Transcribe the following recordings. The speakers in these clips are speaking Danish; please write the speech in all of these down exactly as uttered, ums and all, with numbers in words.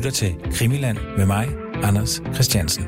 lytter til Krimiland med mig, Anders Christiansen.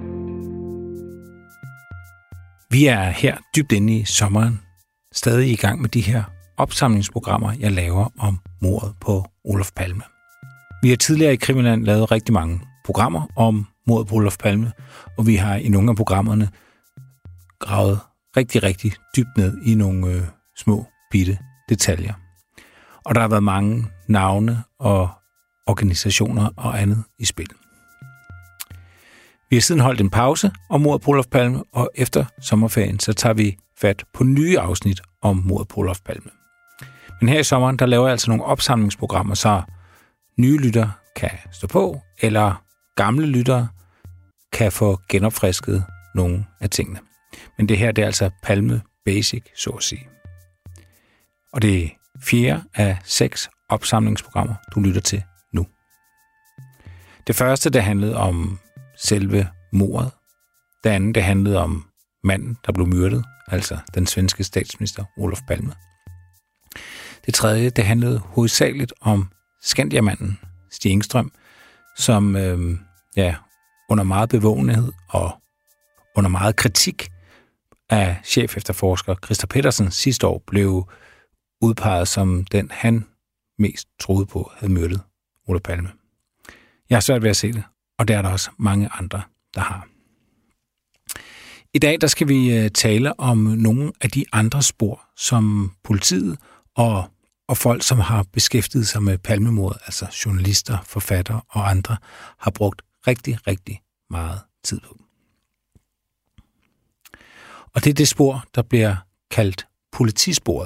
Vi er her dybt inde i sommeren, stadig i gang med de her opsamlingsprogrammer, jeg laver om mordet på Olof Palme. Vi har tidligere i Krimiland lavet rigtig mange programmer om mordet på Olof Palme, og vi har i nogle af programmerne gravet rigtig, rigtig dybt ned i nogle øh, små, bitte detaljer. Og der har været mange navne og organisationer og andet i spil. Vi har siden holdt en pause om mordet på Olof Palme, og efter sommerferien så tager vi fat på nye afsnit om mordet på Olof Palme. Men her i sommeren, der laver jeg altså nogle opsamlingsprogrammer, så nye lyttere kan stå på, eller gamle lyttere kan få genopfrisket nogle af tingene. Men det her, det er altså Palme Basic, så at sige. Og det er fjerde af seks opsamlingsprogrammer, du lytter til nu. Det første, det handlede om selve mordet. Det andet, det handlede om manden, der blev myrdet, altså den svenske statsminister Olof Palme. Det tredje, det handlede hovedsageligt om Skandiamanden Stig Engström, som øh, ja, under meget bevågenhed og under meget kritik af chefefterforsker Christer Pettersen sidste år blev udpeget som den, han mest troede på havde myrdet Olof Palme. Jeg har svært ved at se det, og der er der også mange andre, der har. I dag der skal vi tale om nogle af de andre spor, som politiet og, og folk, som har beskæftiget sig med Palmemordet, altså journalister, forfattere og andre, har brugt rigtig, rigtig meget tid på. Og det er det spor, der bliver kaldt politisporet.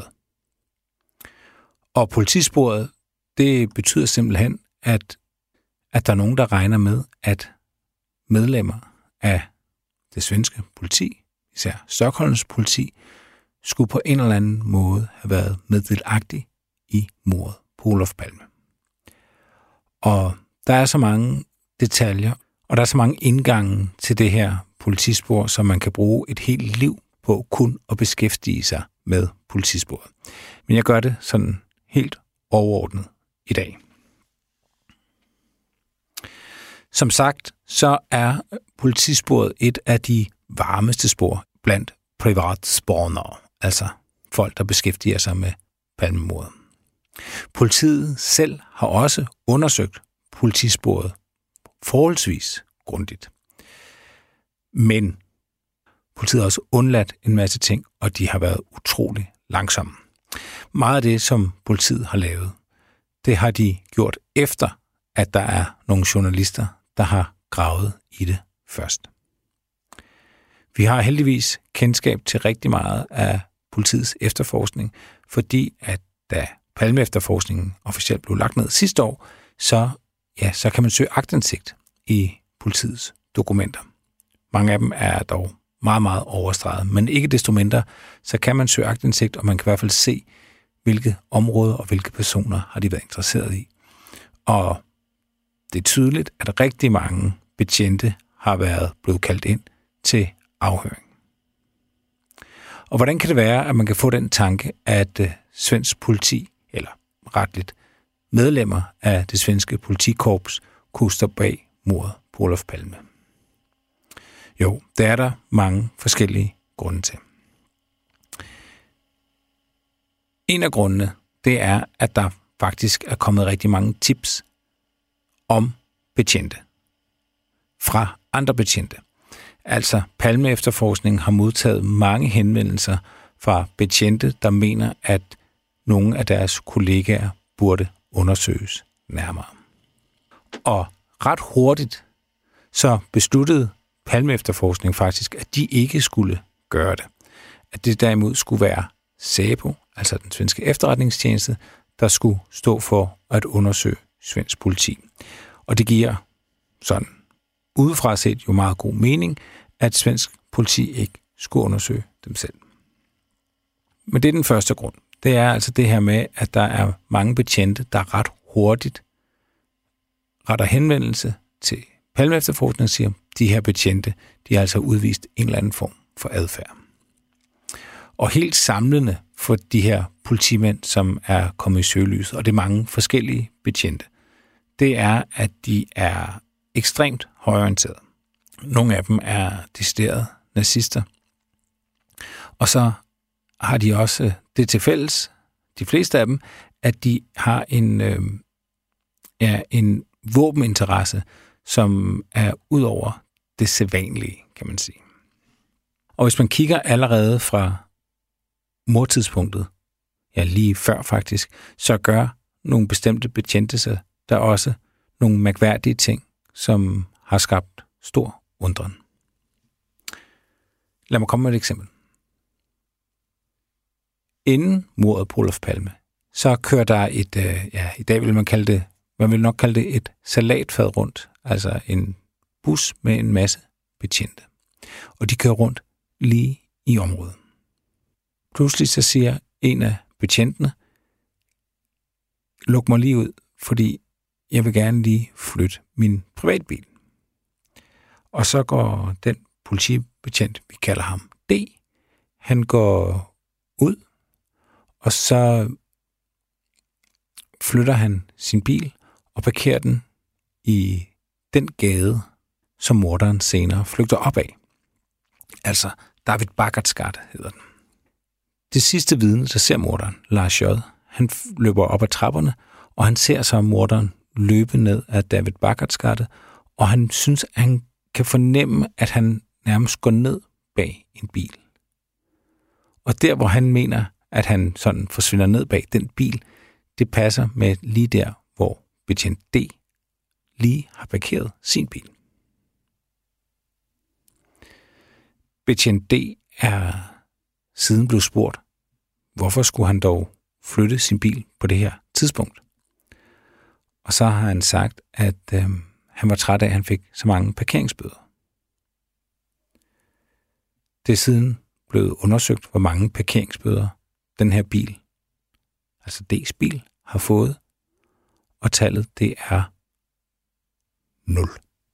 Og politisporet, det betyder simpelthen, at, at der er nogen, der regner med, at medlemmer af det svenske politi, især Stockholms politi, skulle på en eller anden måde have været meddelagtig i mordet på Olof Palme. Og der er så mange detaljer, og der er så mange indgange til det her politispor, som man kan bruge et helt liv på kun at beskæftige sig med politisporet. Men jeg gør det sådan helt overordnet i dag. Som sagt, så er politisporet et af de varmeste spor blandt privatspanere, altså folk, der beskæftiger sig med Palmemordet. Politiet selv har også undersøgt politisporet forholdsvis grundigt. Men politiet har også undladt en masse ting, og de har været utrolig langsomme. Meget af det, som politiet har lavet, det har de gjort efter, at der er nogle journalister, der har gravet i det først. Vi har heldigvis kendskab til rigtig meget af politiets efterforskning, fordi at da Palme-efterforskningen officielt blev lagt ned sidste år, så, ja, så kan man søge aktindsigt i politiets dokumenter. Mange af dem er dog meget, meget overstreget, men ikke desto mindre, så kan man søge aktindsigt, og man kan i hvert fald se, hvilke områder og hvilke personer har de været interesseret i. Og det er tydeligt, at rigtig mange betjente har været blevet kaldt ind til afhøring. Og hvordan kan det være, at man kan få den tanke, at uh, svensk politi, eller retligt medlemmer af det svenske politikorps, kunne stå bag mordet på Olof Palme? Jo, det er der mange forskellige grunde til. En af grundene, det er, at der faktisk er kommet rigtig mange tips om betjente fra andre betjente. Altså, Palme-efterforskningen har modtaget mange henvendelser fra betjente, der mener, at nogle af deres kollegaer burde undersøges nærmere. Og ret hurtigt så besluttede Palme-efterforskningen faktisk, at de ikke skulle gøre det. At det derimod skulle være SÄPO, altså den svenske efterretningstjeneste, der skulle stå for at undersøge svensk politi. Og det giver sådan udefra set jo meget god mening, at svensk politi ikke skulle undersøge dem selv. Men det er den første grund. Det er altså det her med, at der er mange betjente, der ret hurtigt retter henvendelse til Palme-efterforskningen og siger, at de her betjente, de har altså udvist en eller anden form for adfærd. Og helt samlende for de her politimænd, som er kommet i søgelyset, og det er mange forskellige betjente, det er, at de er ekstremt højorienterede. Nogle af dem er decideret nazister. Og så har de også det til fælles, de fleste af dem, at de har en, øh, ja, en våbeninteresse, som er ud over det sædvanlige, kan man sige. Og hvis man kigger allerede fra mordtidspunktet, ja lige før faktisk, så gør nogle bestemte betjente sig der også nogle mærkværdige ting, som har skabt stor undren. Lad mig komme med et eksempel. Inden mordet på Olof Palme, så kører der et, øh, ja, i dag vil man kalde det, man vil nok kalde det et salatfad rundt, altså en bus med en masse betjente. Og de kører rundt lige i området. Pludselig så siger en af betjentene, luk mig lige ud, fordi jeg vil gerne lige flytte min privatbil. Og så går den politibetjent, vi kalder ham D, han går ud, og så flytter han sin bil og parkerer den i den gade, som morderen senere flygter op af. Altså David Bagatsgade hedder den. Det sidste vidne, der ser morderen, Lars J., han løber op ad trapperne, og han ser så morderen løbe ned ad David Bagatsgade, og han synes, at han kan fornemme, at han nærmest går ned bag en bil. Og der, hvor han mener, at han sådan forsvinder ned bag den bil, det passer med lige der, hvor betjent D lige har parkeret sin bil. Betjent D er siden blevet spurgt, hvorfor skulle han dog flytte sin bil på det her tidspunkt? Og så har han sagt, at øh, han var træt af, at han fik så mange parkeringsbøder. Det er siden blevet undersøgt, hvor mange parkeringsbøder den her bil, altså D's bil, har fået, og tallet det er nul.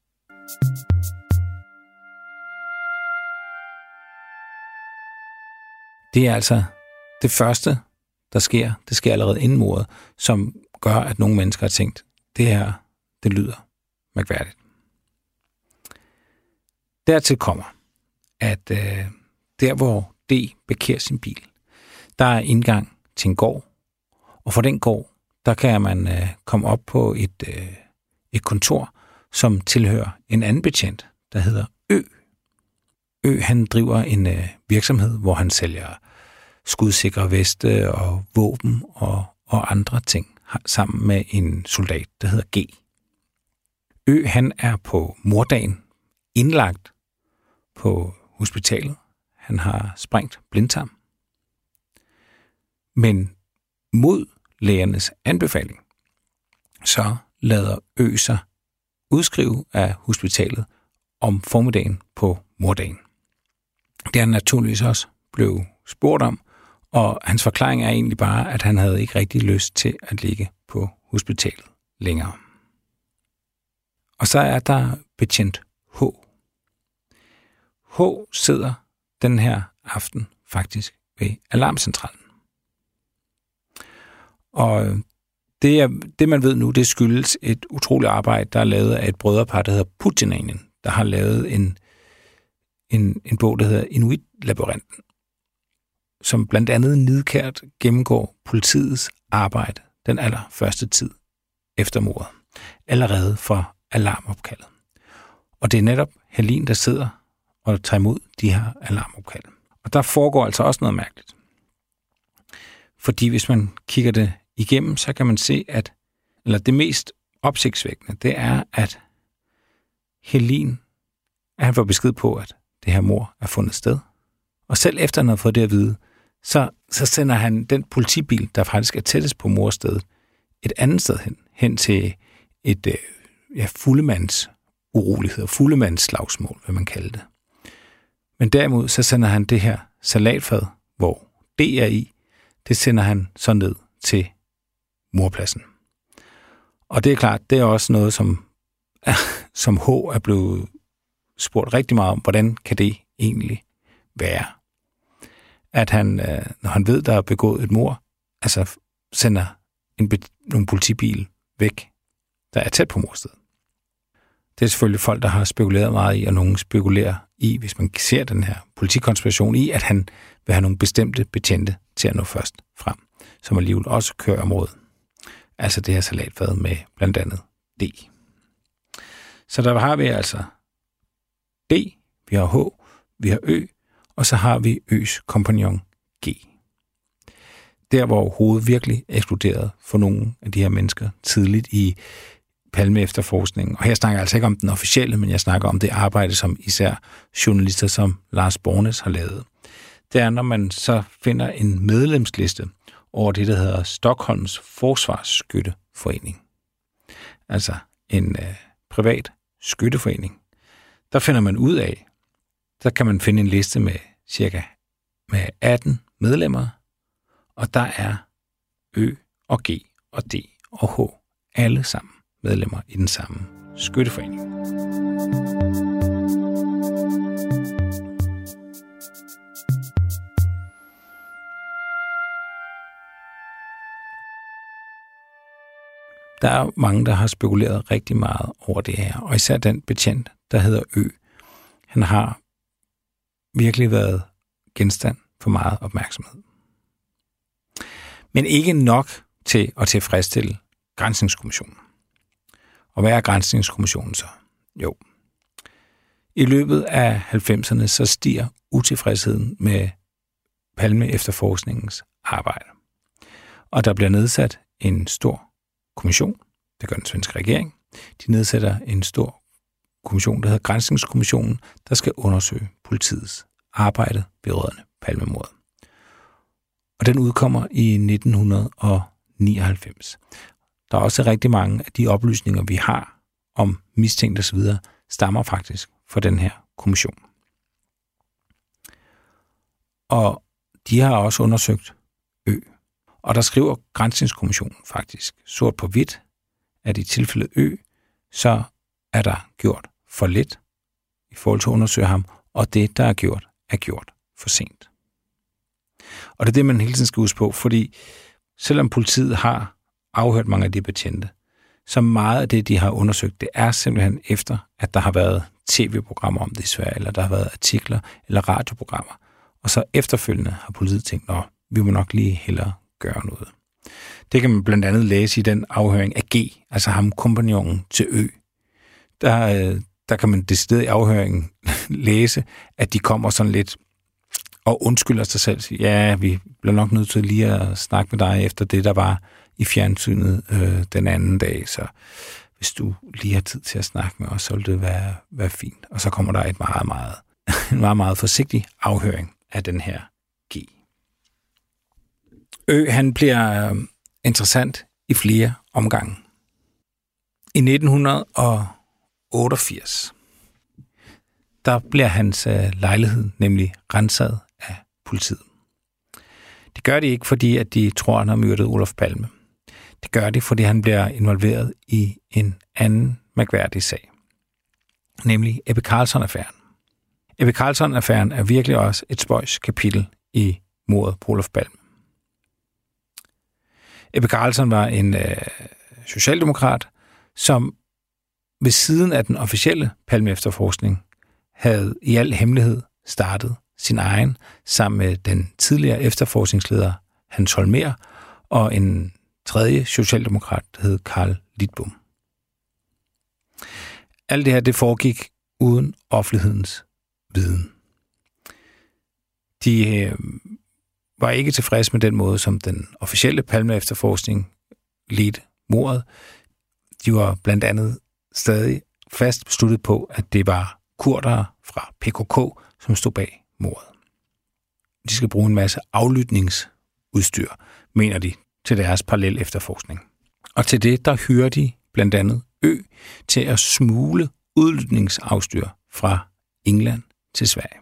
Det er altså det første, der sker, det sker allerede inden mordet, som gør, at nogle mennesker har tænkt, det her, det lyder mærkværdigt. Dertil kommer, at øh, der hvor D parkerer sin bil, der er indgang til en gård, og fra den gård, der kan man øh, komme op på et, øh, et kontor, som tilhører en anden betjent, der hedder Ø. Ø, han driver en øh, virksomhed, hvor han sælger skudsikre veste og våben og, og andre ting, sammen med en soldat, der hedder G. Ø, han er på morddagen indlagt på hospitalet. Han har sprængt blindtarm. Men mod lægernes anbefaling, så lader Ø sig udskrive af hospitalet om formiddagen på morddagen. Det er naturligvis også blevet spurgt om, og hans forklaring er egentlig bare, at han havde ikke rigtig lyst til at ligge på hospitalet længere. Og så er der betjent H. H sidder den her aften faktisk ved alarmcentralen. Og det, er, det man ved nu, det skyldes et utroligt arbejde, der er lavet af et brødrepar, der hedder Putinanien, der har lavet en, en, en bog, der hedder Inuit-labyrinten, som blandt andet nidkært gennemgår politiets arbejde den allerførste tid efter mordet, allerede fra alarmopkaldet. Og det er netop Helin, der sidder og tager imod de her alarmopkald. Og der foregår altså også noget mærkeligt. Fordi hvis man kigger det igennem, så kan man se, at eller det mest opsigtsvækkende, det er, at Helin, at han får besked på, at det her mord er fundet sted. Og selv efter han har fået det at vide, så, så sender han den politibil, der faktisk er tættest på mordstedet, et andet sted hen, hen til et øh, ja, fuldemands urolighed, fuldemands slagsmål, vil man kalde det. Men derimod, så sender han det her salatfad, hvor D er i, det sender han så ned til mordpladsen. Og det er klart, det er også noget, som, som H er blevet spurgt rigtig meget om, hvordan kan det egentlig være? At han, når han ved, der er begået et mord, altså sender en, nogle politibil væk der er tæt på morstedet. Det er selvfølgelig folk, der har spekuleret meget i, og nogen spekulerer i, hvis man ser den her politikonspiration i, at han vil have nogle bestemte betjente til at nå først frem, som alligevel også kører området. Altså det her salatfad med blandt andet D. Så der har vi altså D, vi har H, vi har Ø, og så har vi Øs kompagnon G. Der, hvor hovedet virkelig eksploderede for nogle af de her mennesker tidligt i Palme-efterforskningen. Og her snakker jeg altså ikke om den officielle, men jeg snakker om det arbejde, som især journalister som Lars Bornes har lavet. Det er, når man så finder en medlemsliste over det, der hedder Stockholms Forsvarsskytteforening. Altså en øh, privat skytteforening. Der finder man ud af, der kan man finde en liste med cirka med atten medlemmer, og der er Ø og G og D og H alle sammen medlemmer i den samme skytteforening. Der er mange, der har spekuleret rigtig meget over det her, og især den betjent, der hedder Ø. Han har virkelig været genstand for meget opmærksomhed. Men ikke nok til at tilfredsstille Granskningskommissionen. Og hvad er Granskningskommissionen så? Jo. I løbet af halvfemserne så stiger utilfredsheden med Palme-efterforskningens arbejde. Og der bliver nedsat en stor kommission, det gør den svenske regering. De nedsætter en stor kommission, der hedder Granskningskommissionen, der skal undersøge politiets arbejde vedrørende Palmemordet. Og den udkommer i nitten nioghalvfems. Der er også rigtig mange af de oplysninger, vi har om mistænkt osv., stammer faktisk fra den her kommission. Og de har også undersøgt Ø. Og der skriver Granskningskommissionen faktisk sort på hvidt, at i tilfældet Ø, så er der gjort for lidt i forhold til at undersøge ham, og det, der er gjort, er gjort for sent. Og det er det, man hele tiden skal huske på, fordi selvom politiet har afhørt mange af de betjente, så meget af det, de har undersøgt, det er simpelthen efter, at der har været tv-programmer om det i Sverige, eller der har været artikler eller radioprogrammer. Og så efterfølgende har politiet tænkt, nå, vi må nok lige hellere gøre noget. Det kan man blandt andet læse i den afhøring af G, altså ham kompagnonen til Ø. Der, der kan man decideret i afhøringen læse, at de kommer sådan lidt og undskylder sig selv. Ja, vi bliver nok nødt til lige at snakke med dig efter det, der var i fjernsynet øh, den anden dag, så hvis du lige har tid til at snakke med os, så vil det være, være fint. Og så kommer der et meget, meget, en meget, meget forsigtig afhøring af den her G. Ø, han bliver øh, interessant i flere omgange. I nitten otteogfirs, der bliver hans øh, lejlighed nemlig renset af politiet. Det gør de ikke, fordi at de tror, han har myrdet Olof Palme. Det gør de, fordi han bliver involveret i en anden mærkværdig sag, nemlig Ebbe Carlsson-affæren. Ebbe Carlsson-affæren er virkelig også et spøjs kapitel i mordet på Olof Palme. Ebbe Carlsson var en øh, socialdemokrat, som ved siden af den officielle Palme-efterforskning havde i al hemmelighed startet sin egen sammen med den tidligere efterforskningsleder Hans Holmér og en tredje socialdemokrat, der hed Carl Lidbom. Alt det her, det foregik uden offentlighedens viden. De øh, var ikke tilfredse med den måde, som den officielle Palme-efterforskning ledte mordet. De var blandt andet stadig fast besluttet på, at det var kurdere fra P K K, som stod bag mordet. De skal bruge en masse aflytningsudstyr, mener de, til deres parallel efterforskning. Og til det, der hyrer de blandt andet Ø til at smule udlytningsafstyr fra England til Sverige.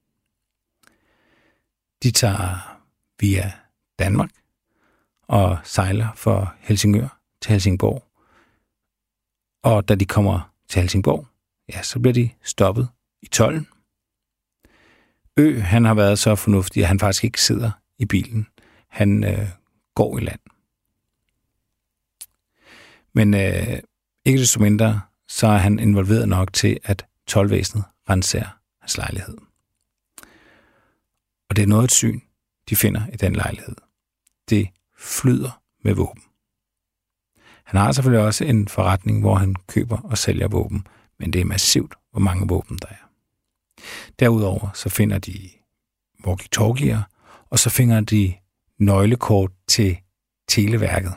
De tager via Danmark og sejler fra Helsingør til Helsingborg. Og da de kommer til Helsingborg, ja, så bliver de stoppet i tolden. Ø, han har været så fornuftig, at han faktisk ikke sidder i bilen. Han øh, går i land. Men øh, Ikke desto mindre, så er han involveret nok til, at toldvæsenet renser hans lejlighed. Og det er noget et syn, de finder i den lejlighed. Det flyder med våben. Han har selvfølgelig også en forretning, hvor han køber og sælger våben, men det er massivt, hvor mange våben der er. Derudover så finder de walkie-talkier, og så finder de nøglekort til Televærket.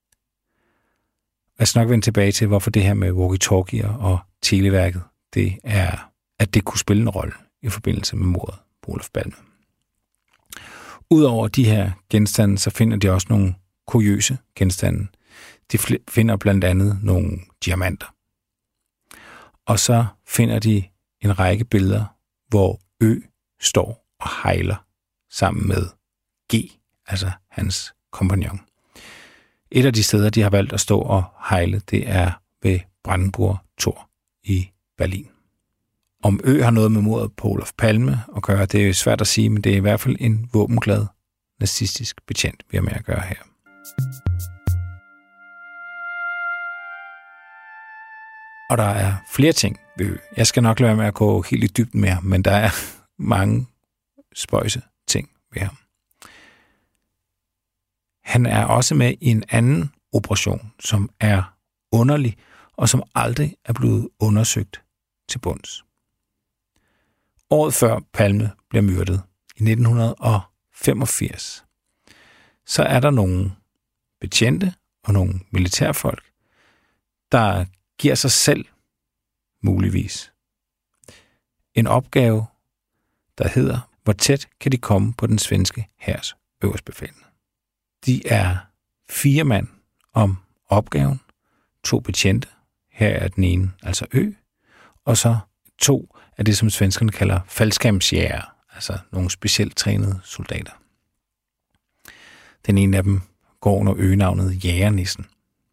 Jeg skal nok vende tilbage til, hvorfor det her med walkie-talkier og Televærket, det er, at det kunne spille en rolle i forbindelse med mordet på Olof Palme. Udover de her genstande, så finder de også nogle kuriøse genstande. De finder blandt andet nogle diamanter. Og så finder de en række billeder, hvor Ø står og hejler sammen med G, altså hans kompagnon. Et af de steder, de har valgt at stå og hejle, det er ved Brandenburger Tor i Berlin. Om Ø har noget med mordet på Olof Palme at gøre, det er svært at sige, men det er i hvert fald en våbenglad nazistisk betjent, vi har med at gøre her. Og der er flere ting ved Ø. Jeg skal nok lade være med at gå helt i dybden med ham, men der er mange spøjse ting ved ham. Han er også med i en anden operation, som er underlig, og som aldrig er blevet undersøgt til bunds. Året før Palme bliver myrdet, i nitten femogfirs, så er der nogle betjente og nogle militærfolk, der giver sig selv, muligvis, en opgave, der hedder, hvor tæt kan de komme på den svenske hærs øverstbefalende. De er fire mand om opgaven, to betjente, her er den ene, altså Ø, og så to af det, som svenskerne kalder faldskærmsjægere, altså nogle specielt trænede soldater. Den ene af dem går under øgenavnet Jægernissen.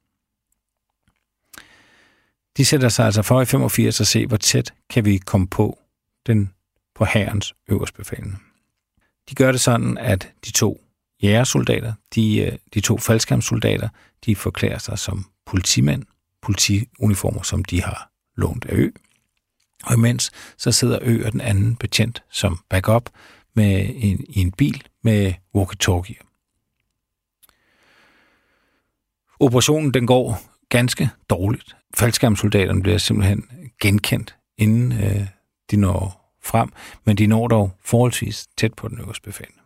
De sætter sig altså for i femogfirs at se, hvor tæt kan vi komme på den på hærens øverstbefalende. De gør det sådan, at de to jægersoldater, de, de to faldskærmssoldater, de forklæder sig som politimænd, politiuniformer, som de har lånt af Ø. Og imens så sidder Ø og den anden betjent som backup med en, i en bil med walkie-talkie. Operationen den går ganske dårligt. Faldskærmssoldaterne bliver simpelthen genkendt, inden øh, de når frem, men de når dog forholdsvis tæt på den øverstbefalende.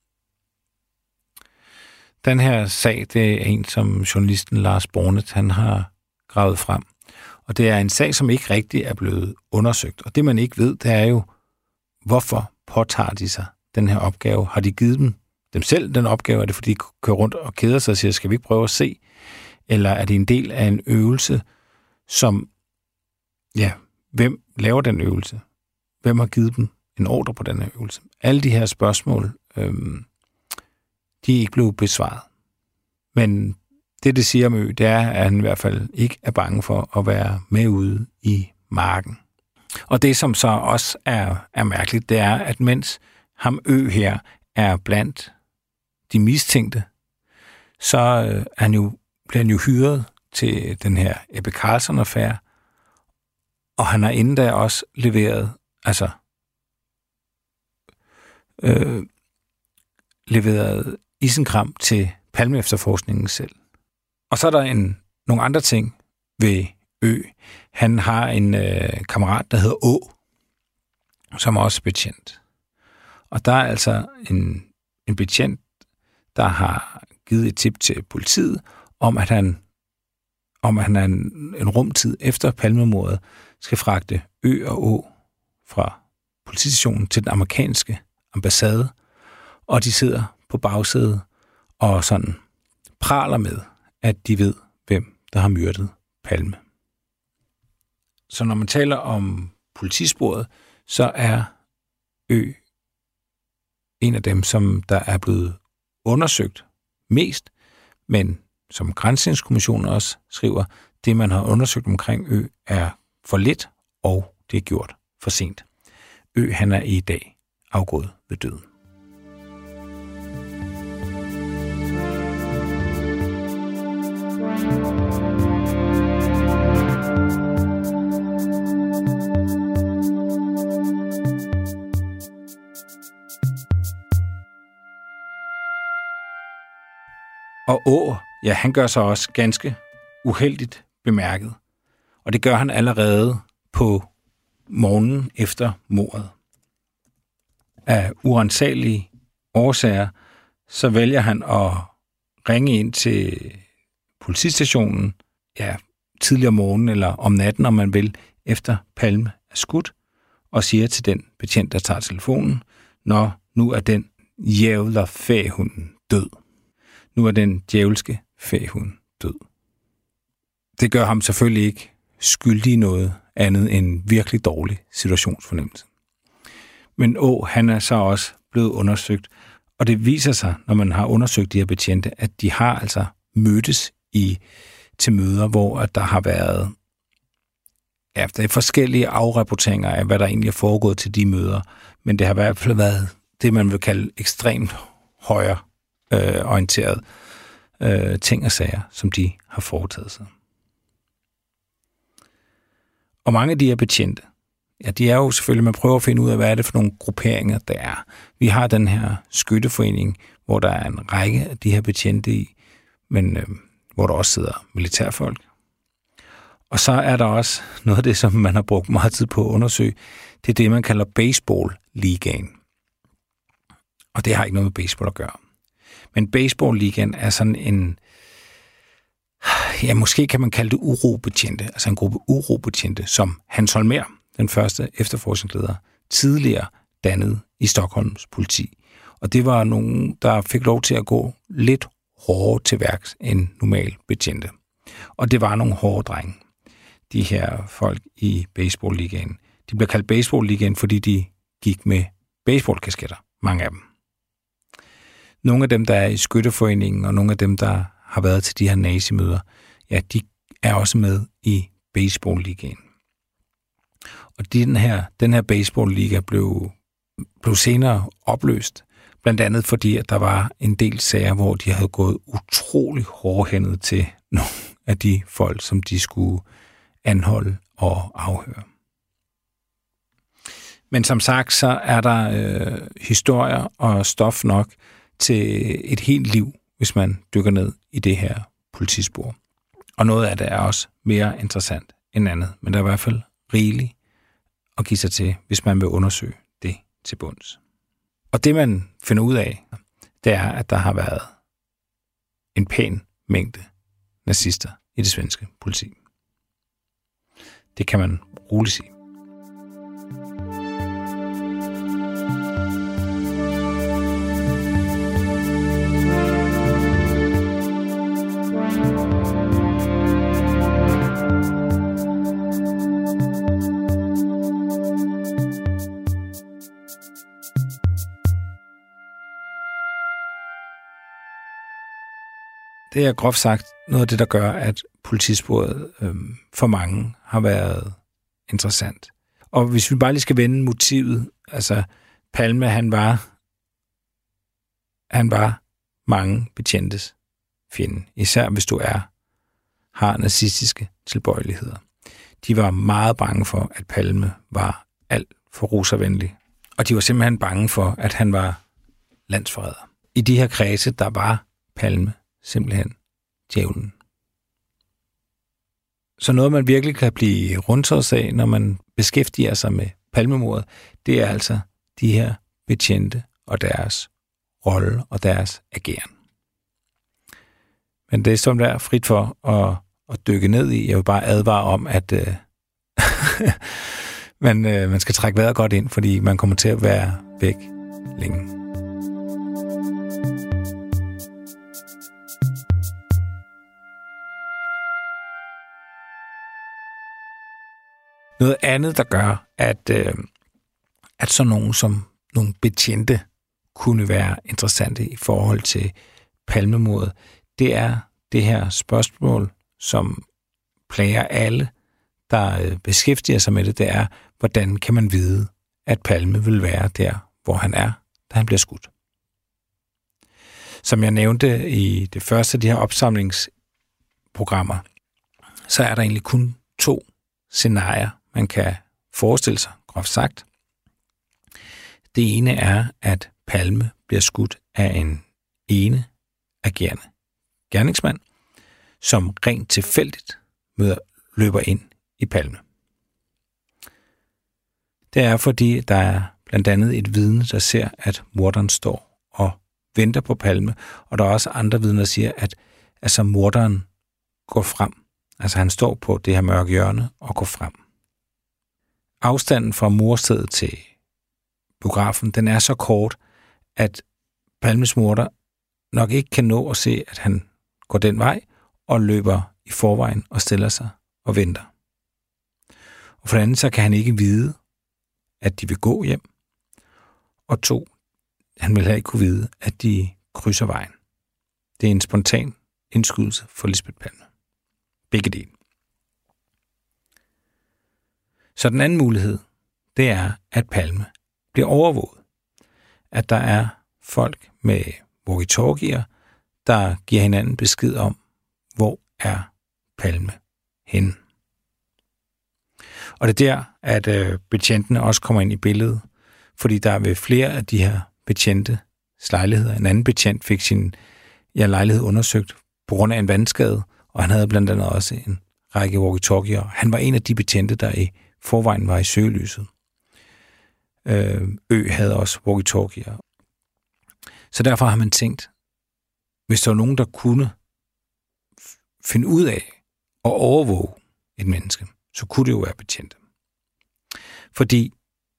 Den her sag, det er en, som journalisten Lars Bornet, han har gravet frem. Og det er en sag, som ikke rigtig er blevet undersøgt. Og det, man ikke ved, det er jo, hvorfor påtager de sig den her opgave? Har de givet dem, dem selv den opgave? Er det, fordi de kører rundt og keder sig og siger, skal vi ikke prøve at se? Eller er det en del af en øvelse, som, ja, hvem laver den øvelse? Hvem har givet dem en ordre på den her øvelse? Alle de her spørgsmål, øhm, de er ikke blevet besvaret. Men det, det siger om Ø, det er, at han i hvert fald ikke er bange for at være med ude i marken. Og det, som så også er, er mærkeligt, det er, at mens ham Ø her er blandt de mistænkte, så øh, er han jo, bliver han jo hyret til den her Ebbe Carlsson-affære, og han har inden da også leveret, altså, øh, leveret isenkram til Palme-efterforskningen selv. Og så er der en, nogle andre ting ved Ø. Han har en øh, kammerat, der hedder Å, som er også betjent. Og der er altså en, en betjent, der har givet et tip til politiet, om at han, om at han er en, en rumtid efter Palmemordet skal fragte Ø og Å fra politistationen til den amerikanske ambassade, og de sidder på bagsædet og sådan praler med, at de ved, hvem der har myrdet Palme. Så når man taler om politisporet, så er Ø en af dem, som der er blevet undersøgt mest, men som Granskningskommissionen også skriver, det man har undersøgt omkring Ø er for lidt, og det er gjort for sent. Ø, han er i dag afgået ved døden. Og Å, ja, han gør sig også ganske uheldigt bemærket. Og det gør han allerede på morgenen efter mordet. Af uransagelige årsager, så vælger han at ringe ind til politistationen, ja, tidligere om morgenen eller om natten, om man vil, efter Palme er skudt, og siger til den betjent, der tager telefonen, når nu er den jævler fæhunden død. Nu er den djævelske fæhund død. Det gør ham selvfølgelig ikke skyldig i noget andet end virkelig dårlig situationsfornemmelse. Men Å, han er så også blevet undersøgt, og det viser sig, når man har undersøgt de her betjente, at de har altså mødtes i, til møder, hvor at der har været ja, der er forskellige afrapporteringer af, hvad der egentlig er foregået til de møder, men det har i hvert fald været det, man vil kalde ekstremt højere øh, orienteret øh, ting og sager, som de har foretaget sig. Og mange af de her betjente, ja, de er jo selvfølgelig, man prøver at finde ud af, hvad er det for nogle grupperinger, der er. Vi har den her skytteforening, hvor der er en række af de her betjente i, men øh, hvor der også sidder militærfolk. Og så er der også noget af det, som man har brugt meget tid på at undersøge. Det er det, man kalder baseball-ligaen. Og det har ikke noget med baseball at gøre. Men baseball-ligaen er sådan en, ja, måske kan man kalde det urobetjente, altså en gruppe urobetjente, som Hans Holmér, den første efterforskningsleder, tidligere dannede i Stockholms politi. Og det var nogen, der fik lov til at gå lidt hårdere til værks end normal betjente. Og det var nogle hårde drenge, de her folk i baseball-ligaen. De blev kaldt baseball-ligaen, fordi de gik med baseballkasketter, mange af dem. Nogle af dem, der er i skytteforeningen, og nogle af dem, der har været til de her nazimøder, ja, de er også med i baseball-ligaen. Og den her, den her baseball-liga blev, blev senere opløst, blandt andet fordi, at der var en del sager, hvor de havde gået utrolig hårdhændet til nogle af de folk, som de skulle anholde og afhøre. Men som sagt, så er der øh, historier og stof nok til et helt liv, hvis man dykker ned i det her politispor. Og noget af det er også mere interessant end andet, men der er i hvert fald rigeligt at give sig til, hvis man vil undersøge det til bunds. Og det, man finder ud af, det er, at der har været en pæn mængde nazister i det svenske politi. Det kan man roligt sige. Det er groft sagt noget af det, der gør, at politisporet øh, for mange har været interessant. Og hvis vi bare lige skal vende motivet, altså Palme, han var, han var mange betjentes fjende, især hvis du er, har nazistiske tilbøjeligheder. De var meget bange for, at Palme var alt for russervenlig, og de var simpelthen bange for, at han var landsforræder. I de her kredse, der var Palme simpelthen djævlen. Så noget, man virkelig kan blive rundtås af, når man beskæftiger sig med Palmemordet, det er altså de her betjente og deres rolle og deres ageren. Men det er som der frit for at, at dykke ned i. Jeg vil bare advare om, at øh, man, øh, man skal trække vejret godt ind, fordi man kommer til at være væk længe. Noget andet, der gør, at, øh, at sådan nogen som nogle betjente kunne være interessante i forhold til Palmemordet, det er det her spørgsmål, som plager alle, der øh, beskæftiger sig med det, det er, hvordan kan man vide, at Palme vil være der, hvor han er, da han bliver skudt. Som jeg nævnte i det første af de her opsamlingsprogrammer, så er der egentlig kun to scenarier, man kan forestille sig, groft sagt. Det ene er, at Palme bliver skudt af en ene agerende gerningsmand, som rent tilfældigt møder, løber ind i Palme. Det er, fordi der er blandt andet et vidne, der ser, at morderen står og venter på Palme, og der er også andre vidner, der siger, at altså, morderen går frem. Altså han står på det her mørke hjørne og går frem. Afstanden fra mordstedet til biografen, den er så kort, at Palmes morder nok ikke kan nå at se, at han går den vej og løber i forvejen og stiller sig og venter. Og for det andet, så kan han ikke vide, at de vil gå hjem. Og to, han vil heller ikke kunne vide, at de krydser vejen. Det er en spontan indskydelse for Lisbeth Palme. Begge dele. Så den anden mulighed, det er, at Palme bliver overvåget. At der er folk med walkie-talkier, der giver hinanden besked om, hvor er Palme henne. Og det er der, at øh, betjentene også kommer ind i billedet, fordi der er ved flere af de her betjente lejligheder. En anden betjent fik sin ja, lejlighed undersøgt på grund af en vandskade, og han havde blandt andet også en række walkie-talkier. Han var en af de betjente, der i forvejen var i søgelyset. Øh, Ø havde også walkie-talkier. Så derfor har man tænkt, hvis der var nogen, der kunne finde ud af at overvåge et menneske, så kunne det jo være betjente. Fordi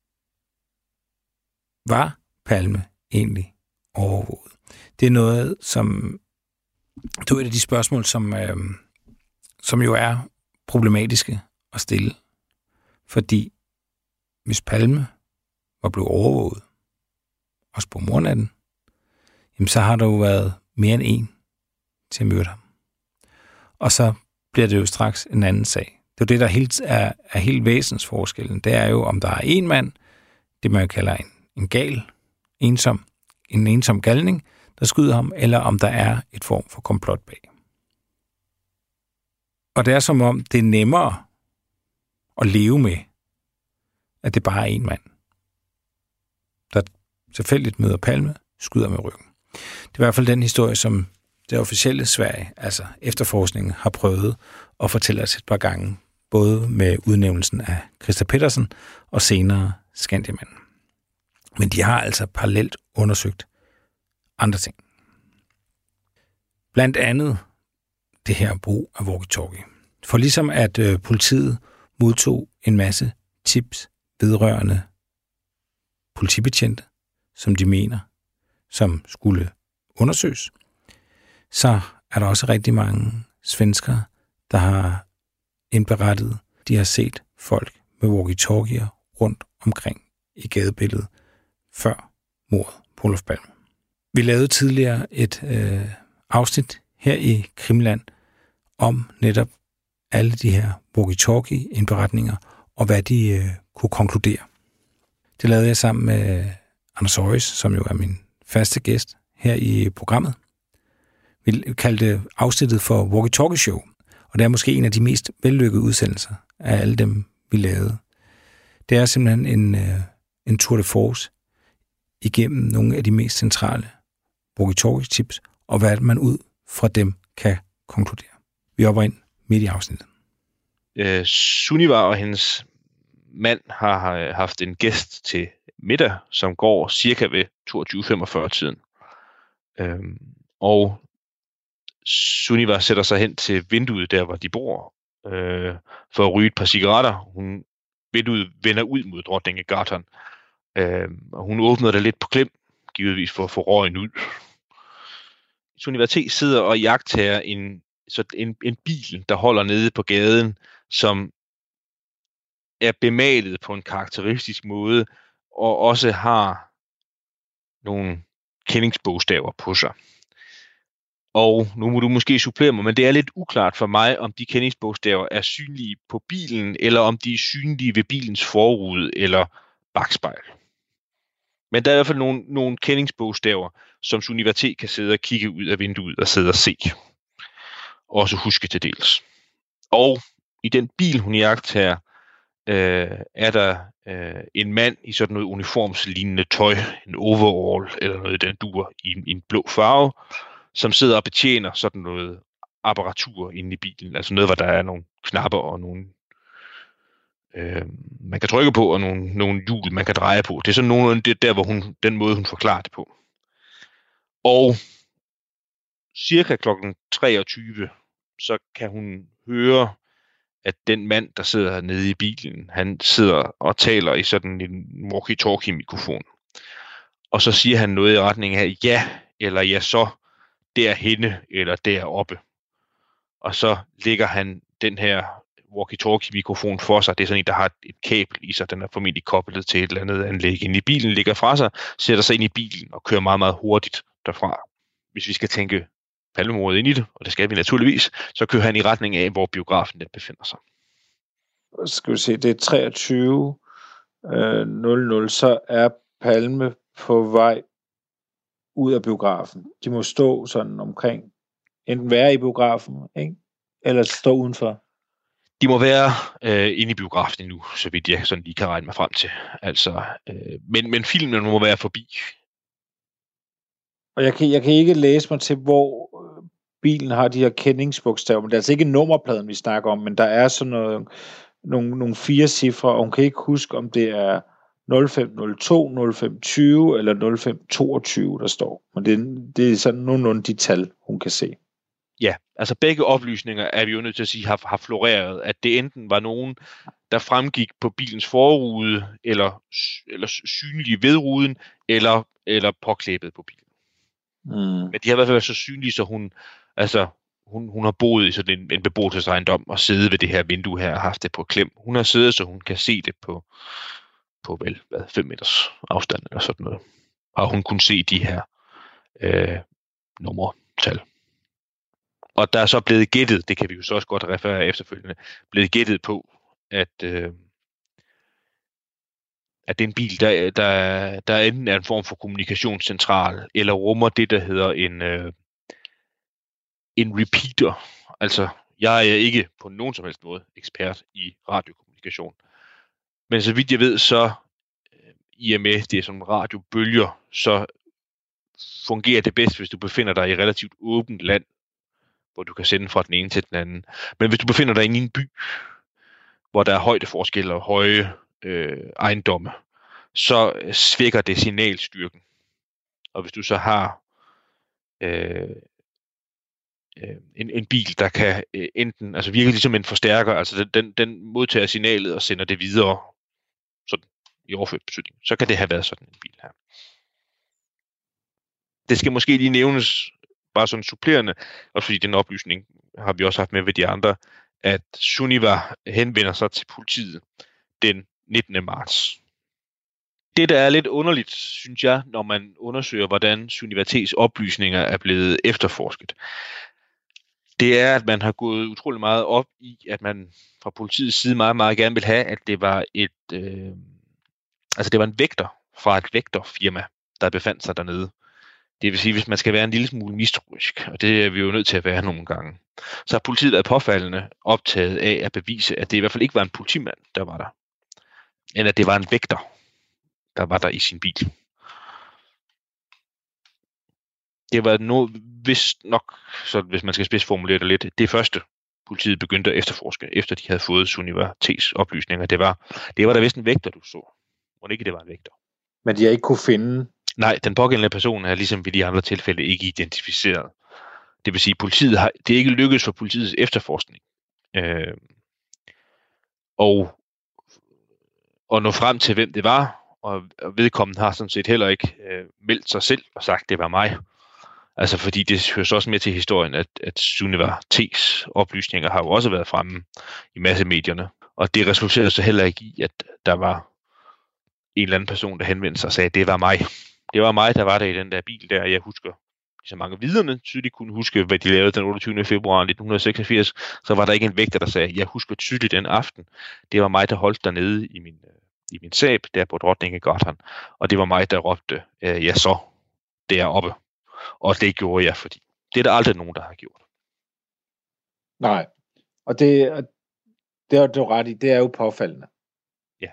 var Palme egentlig overvåget? Det er noget, som det er et af de spørgsmål, som, øh, som jo er problematiske at stille. Fordi hvis Palme var blevet overvåget, også på mordnatten, jamen så har der jo været mere end en til at møde ham. Og så bliver det jo straks en anden sag. Det er jo det, der helt er, er helt væsensforskellen. Det er jo, om der er en mand, det man kalder en, en gal, ensom, en ensom galning, der skyder ham, eller om der er et form for komplot bag. Og det er som om, det er nemmere at leve med, at det bare er en mand, der tilfældigt møder Palme, skyder med ryggen. Det er i hvert fald den historie, som det officielle Sverige, altså efterforskningen, har prøvet at fortælle os et par gange, både med udnævnelsen af Christa Pettersen og senere Skandiamanden. Men de har altså parallelt undersøgt andre ting. Blandt andet det her brug af walkie-talkie. For ligesom at øh, politiet modtog en masse tips vedrørende politibetjente, som de mener, som skulle undersøges, så er der også rigtig mange svenskere, der har indberettet, de har set folk med walkie-talkier rundt omkring i gadebilledet før mordet på Olof Palme. Vi lavede tidligere et øh, afsnit her i Krimland om netop alle de her walkie-talkie-indberetninger og hvad de øh, kunne konkludere. Det lavede jeg sammen med Anders Højes, som jo er min faste gæst her i programmet. Vi kaldte afsnittet for Walkie-Talkie Show, og det er måske en af de mest vellykkede udsendelser af alle dem, vi lavede. Det er simpelthen en, øh, en tour de force igennem nogle af de mest centrale walkie-talkie-tips, og hvad man ud fra dem kan konkludere. Vi hopper ind midt i afsnittet. Øh, Sunniva og hendes mand har haft en gæst til middag, som går cirka ved toogtyve femogfyrre tiden. Øhm, og Sunniva sætter sig hen til vinduet, der hvor de bor, øh, for at ryge et par cigaretter. Hun, vinduet vender ud mod Drottninggatan. Øh, og hun åbner det lidt på klem, givetvis for at få røgen ud. Sunniva T. sidder og jagttager en, så en, en bil, der holder nede på gaden, som er bemalet på en karakteristisk måde, og også har nogle kendingsbogstaver på sig. Og nu må du måske supplere mig, men det er lidt uklart for mig, om de kendingsbogstaver er synlige på bilen, eller om de er synlige ved bilens forrude eller bakspejl. Men der er i hvert fald nogle, nogle kendingsbogstaver, som Sunniva T. kan sidde og kigge ud af vinduet og sidde og se. Også huske til dels. Og i den bil, hun jagttager, øh, er der øh, en mand i sådan noget uniformslignende tøj, en overall eller noget, den dur i, i en blå farve, som sidder og betjener sådan noget apparatur inde i bilen. Altså noget, hvor der er nogle knapper og nogle øh, man kan trykke på, og nogle, nogle hjul, man kan dreje på. Det er sådan nogenlunde det der, hvor hun, den måde, hun forklarer det på. Og cirka klokken treogtyve, så kan hun høre, at den mand, der sidder nede i bilen, han sidder og taler i sådan en walkie-talkie-mikrofon. Og så siger han noget i retning af, ja, eller ja så, det er hende, eller det er oppe. Og så lægger han den her walkie-talkie-mikrofon for sig. Det er sådan en, der har et kabel i sig. Den er formentlig koblet til et eller andet anlæg inde i bilen, ligger fra sig, sætter sig ind i bilen og kører meget, meget hurtigt derfra. Hvis vi skal tænke Palmemordet ind i det, og det skal vi naturligvis, så kører han i retning af, hvor biografen den befinder sig. Skal vi se, det er treogtyve nul nul, så er Palme på vej ud af biografen. De må stå sådan omkring, enten være i biografen, ikke? Eller stå udenfor. De må være øh, inde i biografen endnu, så vidt jeg sådan lige kan regne mig frem til. Altså, øh, men, men filmen må være forbi. Og jeg kan, jeg kan ikke læse mig til, hvor bilen har de her kendingsbogstaver, men det er altså ikke nummerpladen, vi snakker om, men der er sådan noget, nogle, nogle fire cifre, og hun kan ikke huske, om det er nul fem nul to, nul fem tyve eller nul fem toogtyve, der står. Men det, det er sådan nogenlunde de tal, hun kan se. Ja, altså begge oplysninger er vi jo nødt til at sige har, har floreret, at det enten var nogen, der fremgik på bilens forrude, eller, eller synlige ved ruden, eller, eller påklæbet på bilen. Mm. Men de har i hvert fald været så synlige, så hun, altså, hun, hun har boet i sådan en, en beboelsesejendom og siddet ved det her vindue her og haft det på klem. Hun har siddet, så hun kan se det på, på vel, hvad, fem meters afstand eller sådan noget. Og hun kunne se de her øh, nummertal. Og der er så blevet gættet, det kan vi jo så også godt referere efterfølgende, blevet gættet på, at, øh, at det er en bil, der, der, der enten er en form for kommunikationscentral, eller rummer det, der hedder en, øh, en repeater. Altså, jeg er ikke på nogen som helst måde ekspert i radiokommunikation. Men så vidt jeg ved, så øh, i og med det er som radiobølger, så fungerer det bedst, hvis du befinder dig i relativt åbent land, hvor du kan sende fra den ene til den anden. Men hvis du befinder dig inde i en by, hvor der er højdeforskelle og høje øh, ejendomme, så svækker det signalstyrken. Og hvis du så har øh, øh, en, en bil, der kan øh, enten, altså virker ligesom en forstærker, altså den, den, den modtager signalet og sender det videre, sådan i overført betydning, så kan det have været sådan en bil her. Det skal måske lige nævnes, bare sådan supplerende, og fordi den oplysning har vi også haft med ved de andre, at Sunniva henvender sig til politiet den nittende marts. Det, der er lidt underligt, synes jeg, når man undersøger, hvordan Sunniva T's oplysninger er blevet efterforsket, det er, at man har gået utrolig meget op i, at man fra politiets side meget, meget gerne vil have, at det var et, øh, altså det var en vægter fra et vægterfirma, der befandt sig dernede. Det vil sige, hvis man skal være en lille smule mistroisk, og det er vi jo nødt til at være nogle gange, så har politiet været påfaldende optaget af at bevise, at det i hvert fald ikke var en politimand, der var der, end at det var en vægter, der var der i sin bil. Det var noget, vist nok, så hvis man skal spidsformulere det lidt, det første politiet begyndte at efterforske, efter de havde fået Sunniva T's oplysninger, det var, det var der vist en vægter, du så. Må ikke det var en vægter. Men de har ikke kunne finde... Nej, den pågældende person er ligesom ved de andre tilfælde ikke identificeret. Det vil sige, at politiet har, det er ikke lykkedes for politiets efterforskning. Øh, og, og nå frem til, hvem det var, og vedkommende har sådan set heller ikke øh, meldt sig selv og sagt, det var mig. Altså fordi det hører så også med til historien, at, at Sunniva T's oplysninger har jo også været fremme i massemedierne. Og det resulterede så heller ikke i, at der var en eller anden person, der henvendte sig og sagde, at det var mig. Det var mig, der var der i den der bil der. Jeg husker, så mange viderne tydeligt kunne huske, hvad de lavede den otteogtyvende februar nitten seksogfirs. Så var der ikke en vægter, der sagde, jeg husker tydeligt den aften. Det var mig, der holdt dernede i min, i min sab, der på Drottningegatan. Og det var mig, der råbte, ja så, deroppe. Og det gjorde jeg, fordi det er der aldrig nogen, der har gjort. Nej, og det, det er du ret i, det er jo påfaldende. Ja.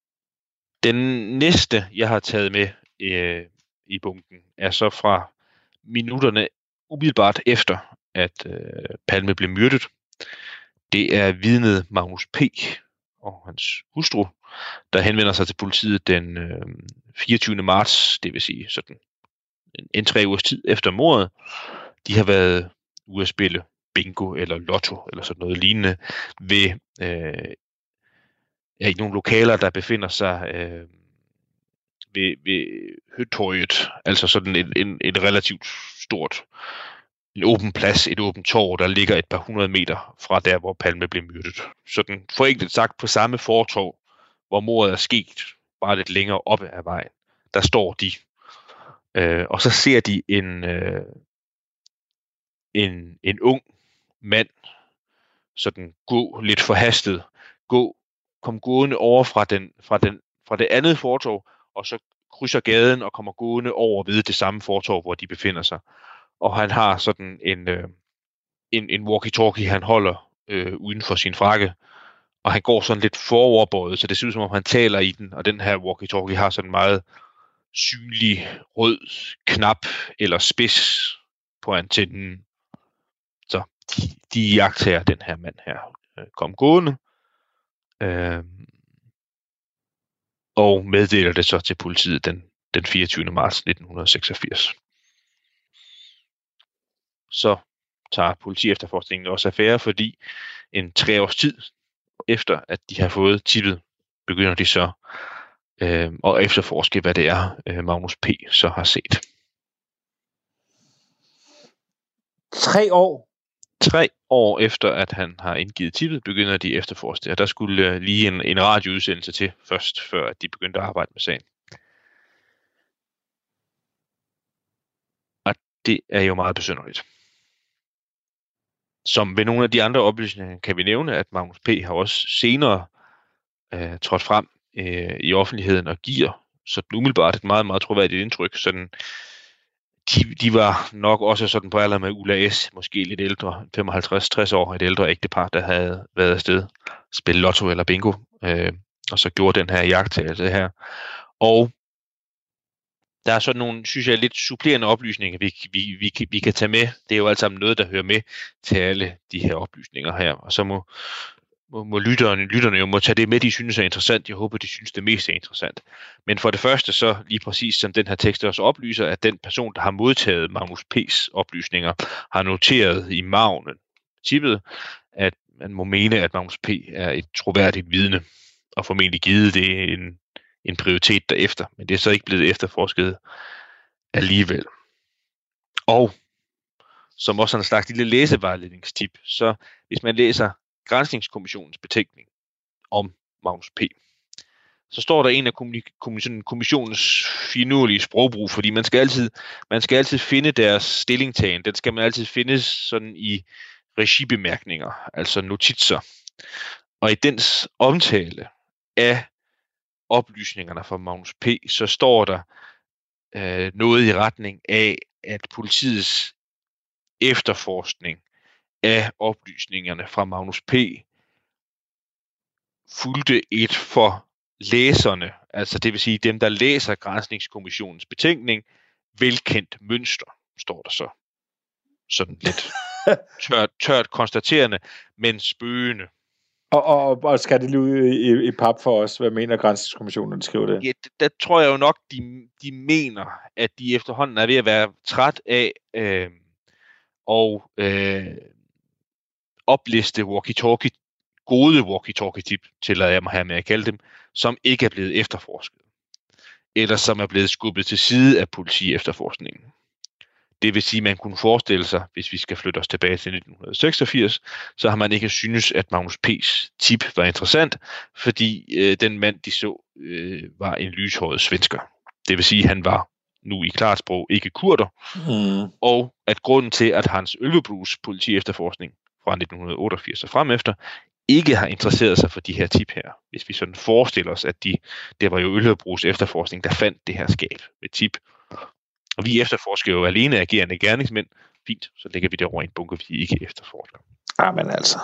Den næste, jeg har taget med øh, i bunken, er så fra minutterne umiddelbart efter, at øh, Palme blev myrdet. Det er vidnet Magnus P. og hans hustru, der henvender sig til politiet den øh, fireogtyvende marts, det vil sige sådan en, en tre ugers tid efter mordet. De har været ude at spille bingo eller lotto eller sådan noget lignende ved øh, ja, i nogle lokaler, der befinder sig øh, ved, ved Høtorget, altså sådan et, en, et relativt stort, en åben plads, et åbent torv, der ligger et par hundrede meter fra der, hvor Palme blev myrdet. Sådan forenklet sagt på samme fortorv, hvor mordet er sket, bare lidt længere oppe ad vejen. Der står de. Øh, og så ser de en, øh, en, en ung mand, sådan gå lidt forhastet, gå, kom gående over fra, den, fra, den, fra det andet fortorv, og så krydser gaden og kommer gående over ved det samme fortorv, hvor de befinder sig. Og han har sådan en, øh, en, en walkie-talkie, han holder øh, uden for sin frakke, og han går sådan lidt foroverbøjet, så det ser ud som om han taler i den, og den her walkie-talkie har sådan en meget synlig rød knap eller spids på antennen. Så de, de jagter den her mand her øh, kom gående, øh, og meddeler det så til politiet den, den fireogtyvende marts nitten seksogfirs. Så tager politiefterforskningen også affære, fordi en tre års tid efter, at de har fået tippet, begynder de så øh, at efterforske, hvad det er, øh, Magnus P. så har set. Tre år? Tre år efter, at han har indgivet tippet, begynder de efterforske. Og der skulle øh, lige en, en radioudsendelse til først, før at de begyndte at arbejde med sagen. Og det er jo meget besynderligt. Som ved nogle af de andre oplysninger kan vi nævne, at Magnus P. har også senere øh, trådt frem øh, i offentligheden og giver sådan umiddelbart et meget, meget troværdigt indtryk. Sådan, de, de var nok også sådan på alder med Ulla S., måske lidt ældre, femoghalvtreds til tres år, et ældre ægtepar, der havde været afsted, spille lotto eller bingo, øh, og så gjorde den her jagttagelse her. Og der er sådan nogle, synes jeg, lidt supplerende oplysninger, vi, vi, vi, vi kan tage med. Det er jo alt sammen noget, der hører med til alle de her oplysninger her. Og så må, må, må lytterne, lytterne jo må tage det med, de synes er interessant. Jeg håber, de synes det mest er interessant. Men for det første så, lige præcis som den her tekst også oplyser, at den person, der har modtaget Magnus P's oplysninger, har noteret i margenen tippet, at man må mene, at Magnus P. er et troværdigt vidne, og formentlig givet det en en prioritet derefter, men det er så ikke blevet efterforsket alligevel. Og som også en slags lille læsevejledningstip, så hvis man læser Granskningskommissionens betænkning om Magnus P., så står der en af kommissionens finurlige sprogbrug, fordi man skal altid, man skal altid finde deres stillingtagen. Den skal man altid finde sådan i regibemærkninger, altså notitser. Og i dens omtale af oplysningerne fra Magnus P., så står der øh, noget i retning af, at politiets efterforskning af oplysningerne fra Magnus P. fulgte et for læserne, altså det vil sige dem, der læser Granskningskommissionens betænkning, velkendt mønster, står der så. Sådan lidt tørt, tørt konstaterende, men spøgende. Og, og, og skal det lige ud i, i pap for os? Hvad mener Granskningskommissionen, der skriver det? Ja, der tror jeg jo nok, de, de mener, at de efterhånden er ved at være træt af øh, og øh, opliste walkie-talkie, gode walkie-talkie-tip, tillader jeg mig her med at kalde dem, som ikke er blevet efterforsket, eller som er blevet skubbet til side af politi-efterforskningen. Det vil sige, at man kunne forestille sig, hvis vi skal flytte os tilbage til nitten seksogfirs, så har man ikke synes, at Magnus P's tip var interessant, fordi øh, den mand, de så, øh, var en lyshåret svensker. Det vil sige, at han var nu i klart sprog ikke kurder, mm. og at grunden til, at Hans Ølvebros politi-efterforskning fra nitten otteogfirs og frem efter, ikke har interesseret sig for de her tip her. Hvis vi sådan forestiller os, at de, det var jo Ølvebros efterforskning, der fandt det her skab med tip. Og vi efterforsker jo alene agerende gerningsmænd. Fint, så lægger vi det over i en bunke, vi ikke efterforsker. Ja, men altså.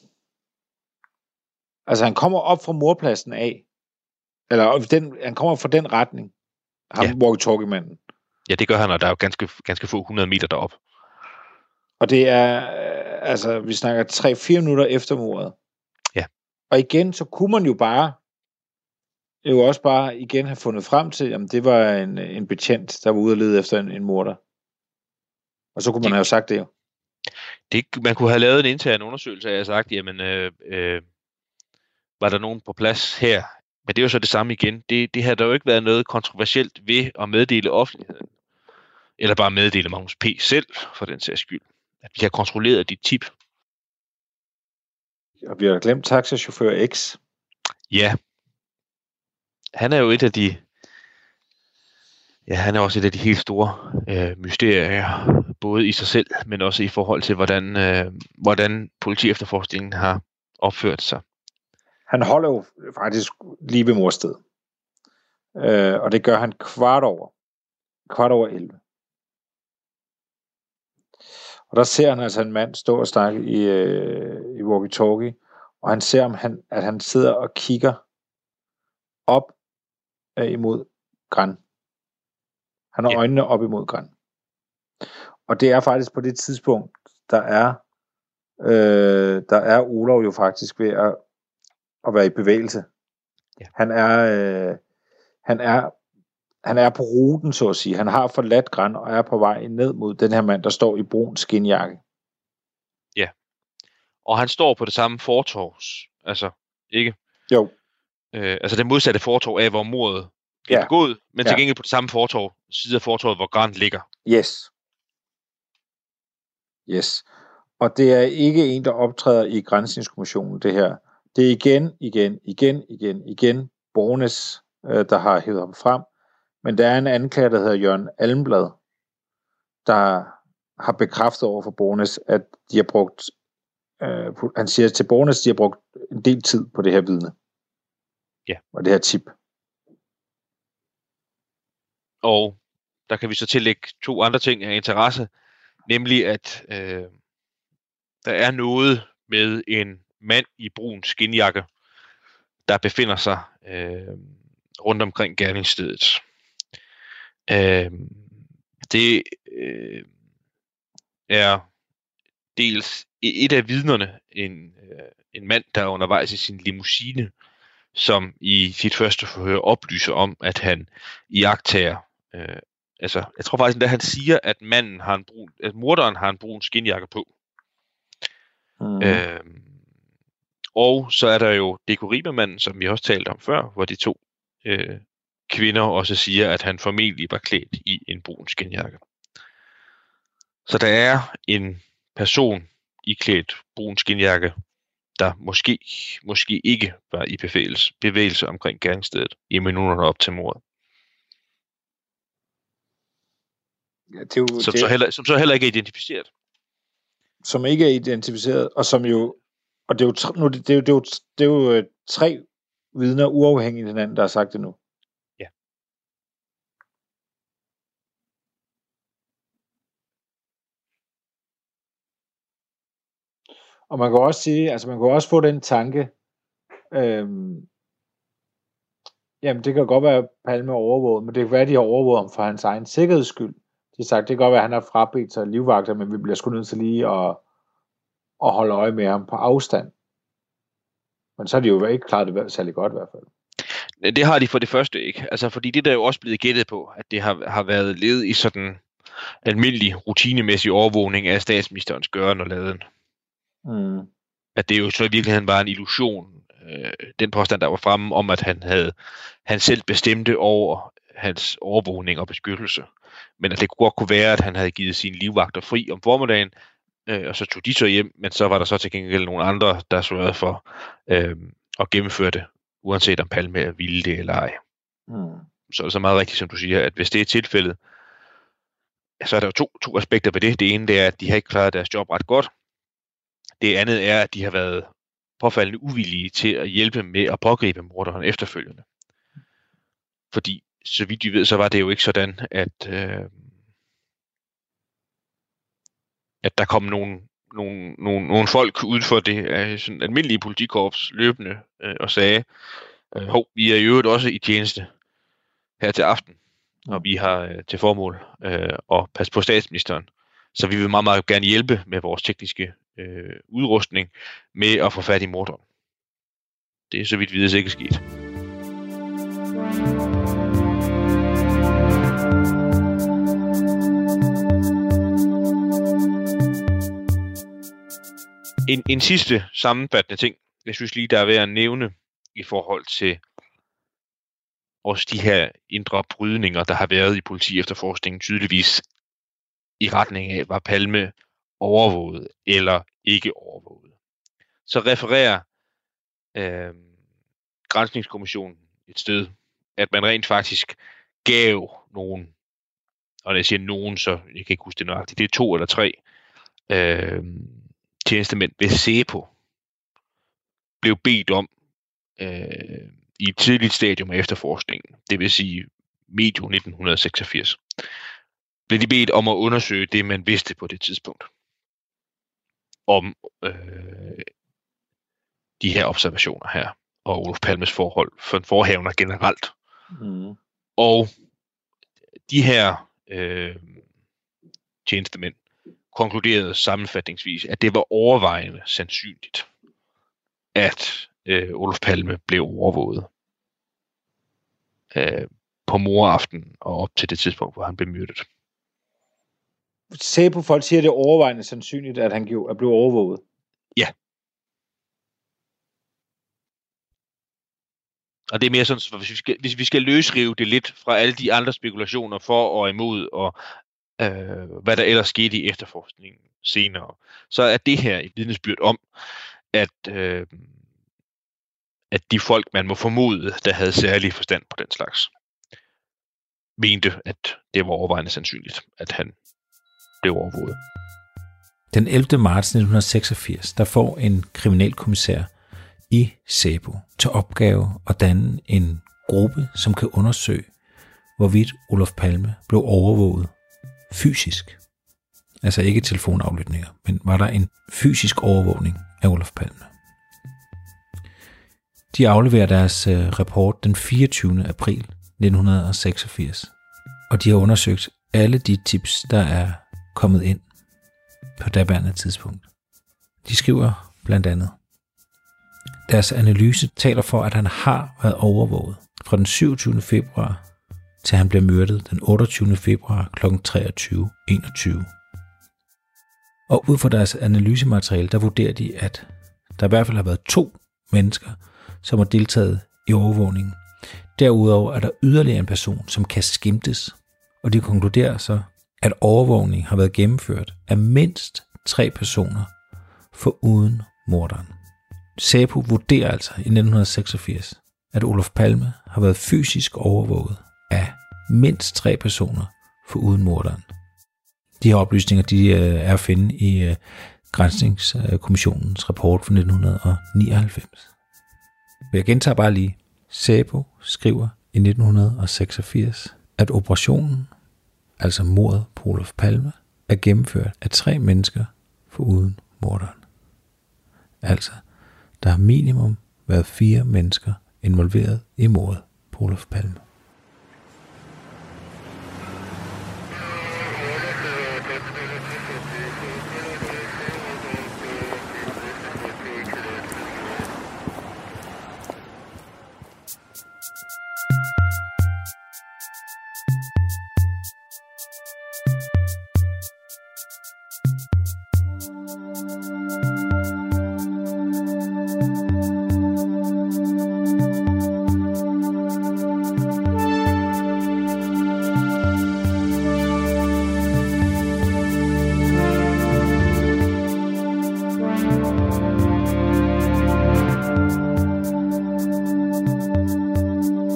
Altså, han kommer op fra mordpladsen af. Eller den, han kommer fra den retning. Ham, ja. Walkie-talkie-manden. Ja, det gør han, og der er jo ganske, ganske få hundrede meter derop. Og det er, altså, vi snakker tre fire minutter efter mordet. Ja. Og igen, så kunne man jo bare, jo også bare igen have fundet frem til, jamen det var en, en betjent, der var ude og lede efter en, en morder. Og så kunne man det, have sagt det jo. Det, man kunne have lavet en intern undersøgelse af, og sagt, jamen, øh, øh, var der nogen på plads her? Men det er jo så det samme igen. Det, det har der jo ikke været noget kontroversielt ved at meddele offentligheden. Eller bare meddele Magnus P. selv, for den sags skyld. At vi har kontrolleret dit tip. Og vi har glemt taxachauffør X. Ja. Han er jo et af de... Ja, han er også et af de helt store øh, mysterier, både i sig selv, men også i forhold til, hvordan, øh, hvordan politiefterforskningen har opført sig. Han holder jo faktisk lige ved morstedet. Øh, og det gør han kvart over. Kvart over elleve. Og der ser han altså en mand stå og snakke i, øh, i walkie-talkie, og han ser, om han, at han sidder og kigger op øh, imod Gran. Han har ja. øjnene op imod Gran. Og det er faktisk på det tidspunkt, der er, øh, der er Olav jo faktisk ved at, at være i bevægelse. Ja. Han er, øh, han er, han er på ruten, så at sige. Han har forladt Gran og er på vej ned mod den her mand, der står i brun skinjakke. Ja. Og han står på det samme fortovs. Altså, ikke? Jo. Øh, altså det modsatte fortov af, hvor mordet bliver ja. begået, men ja. til gengæld på det samme fortov, side af fortovet, hvor Gran ligger. Yes. Yes. Og det er ikke en, der optræder i Granskningskommissionen, det her. Det er igen, igen, igen, igen, igen Bornes, øh, der har hævet ham frem. Men der er en anklager, der hedder Jørgen Almblad, der har bekræftet over for Bornes, at de har brugt, øh, han siger til Bornes, de har brugt en del tid på det her vidne. Ja. Og det her tip. Og der kan vi så tillægge to andre ting af interesse, nemlig at øh, der er noget med en mand i brun skinjakke, der befinder sig øh, rundt omkring gerningsstedet. Øh, det øh, er dels et af vidnerne, en, øh, en mand, der er undervejs i sin limousine, som i sit første forhør oplyser om, at han iagttager, øh, altså jeg tror faktisk, at han siger, at manden har en brun, at morderen har en brun skinjakke på. Mm. Øh, og så er der jo dekoribemanden, som vi også talte om før, hvor de to øh, kvinder også siger, at han formentlig var klædt i en brun skinjakke. Så der er en person i klædt brun skinjakke, der måske, måske ikke var i bevægelse, bevægelse omkring gerningsstedet i minutterne op til mordet. Ja, det er jo, som, det, så heller, som så heller ikke er identificeret. Som ikke er identificeret, og som jo, og det er jo, nu, det er jo, det er jo, det er jo øh, tre vidner uafhængigt af hinanden, der har sagt det nu. Ja. Og man kan også sige, altså man kan også få den tanke, øhm, jamen det kan godt være, at Palme er overvåget, men det kan være, at de har overvåget ham for hans egen sikkerheds skyld. De har sagt, det kan godt være, at han har frabedt sig livvagter, men vi bliver sgu nødt til lige at, at holde øje med ham på afstand. Men så er de jo ikke klaret det særlig godt i hvert fald. Det har de for det første ikke. Altså, fordi det der er jo også blevet gættet på, at det har, har været led i sådan almindelig rutinemæssig overvågning af statsministerens gøren og laden. Mm. At det jo så i virkeligheden var en illusion, øh, den påstand, der var fremme om, at han havde han selv bestemte over hans overvågning og beskyttelse. Men at det godt kunne være, at han havde givet sine livvagter fri om formiddagen, øh, og så tog de så hjem, men så var der så til gengæld nogle andre, der sørgede for øh, at gennemføre det, uanset om Palme ville det eller ej. Mm. Så er det så meget rigtigt, som du siger, at hvis det er tilfældet, så er der jo to, to aspekter ved det. Det ene det er, at de har ikke klaret deres job ret godt. Det andet er, at de har været påfaldende uvillige til at hjælpe med at pågribe morderen efterfølgende. Fordi, så vidt vi ved, så var det jo ikke sådan, at, øh, at der kom nogle, nogle, nogle, nogle folk ud for det af sådan almindelige politikorps løbende øh, og sagde, øh, hov, vi er i øvrigt også i tjeneste her til aften. og vi har øh, til formål øh, at passe på statsministeren. Så vi vil meget, meget gerne hjælpe med vores tekniske øh, udrustning med at få fat i morderen. Det er så vidt vides ikke sket. En, en sidste sammenfattende ting, jeg synes lige, der er værd at nævne i forhold til også de her indre brydninger, der har været i politi efterforskningen, tydeligvis i retning af, var Palme overvåget eller ikke overvåget. Så refererer øh, Granskningskommissionen et sted, at man rent faktisk gav nogen, og når jeg siger nogen, så jeg kan ikke huske det nøjagtigt, det er to eller tre øh, tjenestemænd ved SEPO, blev bedt om øh, i et tidligt stadium af efterforskningen, det vil sige medio nitten seksogfirs, blev de bedt om at undersøge det, man vidste på det tidspunkt om øh, de her observationer her, og Olof Palmes forhold for forhavner generelt. Mm. Og de her øh, tjenestemænd konkluderede sammenfatningsvis, at det var overvejende sandsynligt, at øh, Olof Palme blev overvåget øh, på moraften og op til det tidspunkt, hvor han blev myrdet. Se på folk siger, at det er overvejende sandsynligt, at han er blevet overvåget. Ja. Og det er mere sådan, at hvis vi skal, hvis vi skal løsrive det lidt fra alle de andre spekulationer for og imod, og øh, hvad der ellers skete i efterforskningen senere, så er det her et vidnesbyrd om, at, øh, at de folk, man må formode, der havde særlig forstand på den slags, mente, at det var overvejende sandsynligt, at han blev overvåget. Den ellevte marts nitten seksogfirs, der får en kriminalkommissær i SEPO til opgave at danne en gruppe, som kan undersøge, hvorvidt Olof Palme blev overvåget fysisk. Altså ikke telefonaflytninger, men var der en fysisk overvågning af Olof Palme. De afleverer deres rapport den fireogtyvende april nitten seksogfirs, og de har undersøgt alle de tips, der er kommet ind på daværende tidspunkt. De skriver blandt andet: deres analyse taler for, at han har været overvåget fra den syvogtyvende februar til han blev myrdet den otteogtyvende februar kl. treogtyve enogtyve. Og ud fra deres analysemateriale, der vurderer de, at der i hvert fald har været to mennesker, som har deltaget i overvågningen. Derudover er der yderligere en person, som kan skimtes, og de konkluderer så, at overvågningen har været gennemført af mindst tre personer foruden morderen. SEPO vurderer altså i nitten seksogfirs, at Olof Palme har været fysisk overvåget af mindst tre personer foruden morderen. De her oplysninger de er at finde i Granskningskommissionens rapport fra nitten nioghalvfems. Jeg gentager bare lige. SEPO skriver i nitten seksogfirs, at operationen, altså mordet på Olof Palme, er gennemført af tre mennesker foruden morderen. Altså, der har minimum været fire mennesker involveret i mordet på Olof Palme.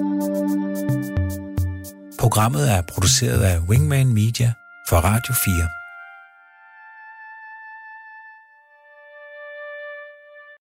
Programmet er produceret af Wingman Media for Radio fire.